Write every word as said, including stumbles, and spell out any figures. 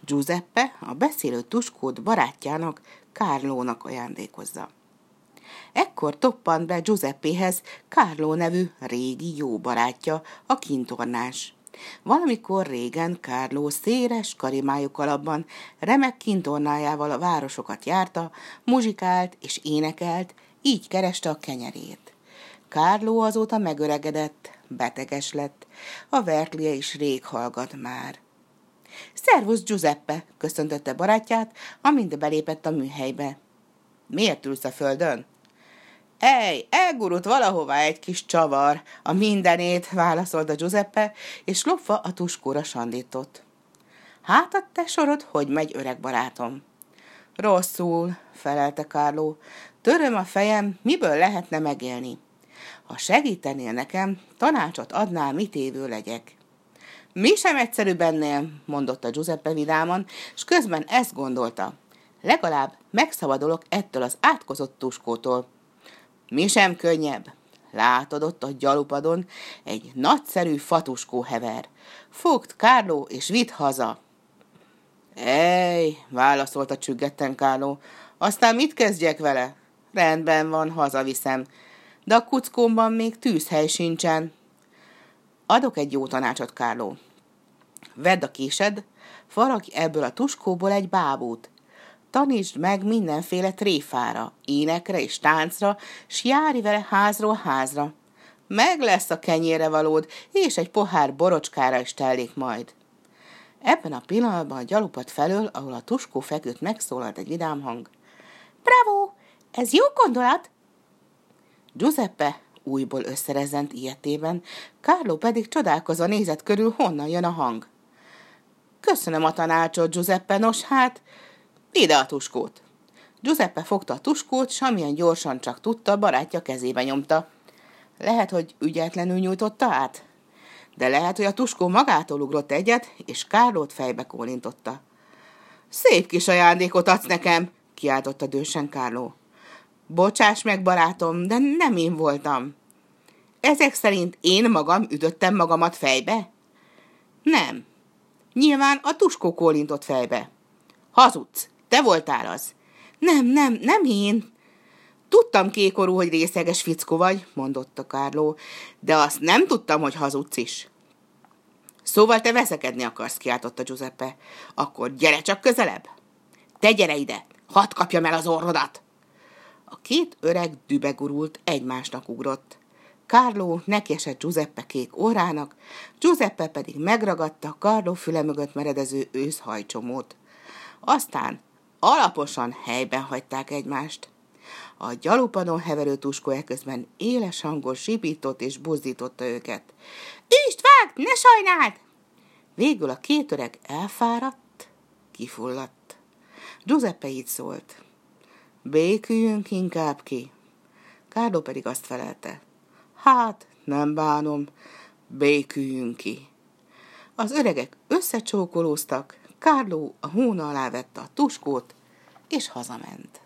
Giuseppe a beszélő tuskót barátjának, Carlónak ajándékozza. Ekkor toppant be Giuseppéhez Carlo nevű régi jó barátja, a kintornás. Valamikor régen Carlo széles karimájú kalapban, remek kintornájával a városokat járta, muzsikált és énekelt, így kereste a kenyerét. Carlo azóta megöregedett, beteges lett, a verklie is rég hallgat már. Szervusz, Giuseppe, köszöntötte barátját, amint belépett a műhelybe. Miért ülsz a földön? Ej, elgurult valahová egy kis csavar, a mindenét, válaszolta Giuseppe, és lopva a tuskóra sandított. Hát a te sorod, hogy megy, öreg barátom? Rosszul, felelte Carlo, töröm a fejem, miből lehetne megélni. Ha segítenél nekem, tanácsot adnál, mit évő legyek. Mi sem egyszerűbb ennél, mondotta Giuseppe vidáman, és közben ezt gondolta. Legalább megszabadulok ettől az átkozott tuskótól. Mi sem könnyebb. Látod ott a gyalupadon egy nagyszerű fatuskó hever. Fogd, Carlo, és vidd haza. Ej, válaszolta csüggetten Carlo, aztán mit kezdjek vele? Rendben van, hazaviszem, de a kuckómban még tűzhely sincsen. Adok egy jó tanácsot, Carlo. Vedd a késed, faragj ebből a tuskóból egy bábút. Tanítsd meg mindenféle tréfára, énekre és táncra, s járj vele házról házra. Meg lesz a kenyére valód, és egy pohár borocskára is tellik majd. Ebben a pillanatban a gyalupad felől, ahol a tuskó feküdt, megszólalt egy vidám hang. Bravo! Ez jó gondolat! Giuseppe újból összerezzent ilyetében, Carlo pedig csodálkozva nézett körül, honnan jön a hang. Köszönöm a tanácsot, Giuseppe, nos hát, ide a tuskót. Giuseppe fogta a tuskót, s amilyen gyorsan csak tudta, barátja kezébe nyomta. Lehet, hogy ügyetlenül nyújtotta át, de lehet, hogy a tuskó magától ugrott egyet, és Carlót fejbe kólintotta. Szép kis ajándékot adsz nekem, kiáltotta dősen Carlo. Bocsáss meg, barátom, de nem én voltam. Ezek szerint én magam ütöttem magamat fejbe? Nem. Nyilván a tuskó kólintott fejbe. Hazudsz, te voltál az. Nem, nem, nem én. Tudtam, kékorú, hogy részeges fickó vagy, mondotta Carlo, de azt nem tudtam, hogy hazudsz is. Szóval te veszekedni akarsz, kiáltotta Giuseppe. Akkor gyere csak közelebb. Te gyere ide, hadd kapjam el az orrodat. A két öreg dübegurult, egymásnak ugrott. Carlo nekiesett Giuseppe kék órának, Giuseppe pedig megragadta Carlo füle mögött meredező őszhajcsomót. Aztán alaposan helyben hagyták egymást. A gyalupadon heverő tuskó eközben éles hangon sipított és buzdította őket. Üst, vágd, ne sajnáld! Végül a két öreg elfáradt, kifulladt. Giuseppe így szólt. Béküljünk inkább ki. Carlo pedig azt felelte. Hát, nem bánom, béküljünk ki. Az öregek összecsókolóztak, Carlo a hóna alá vette a tuskót, és hazament.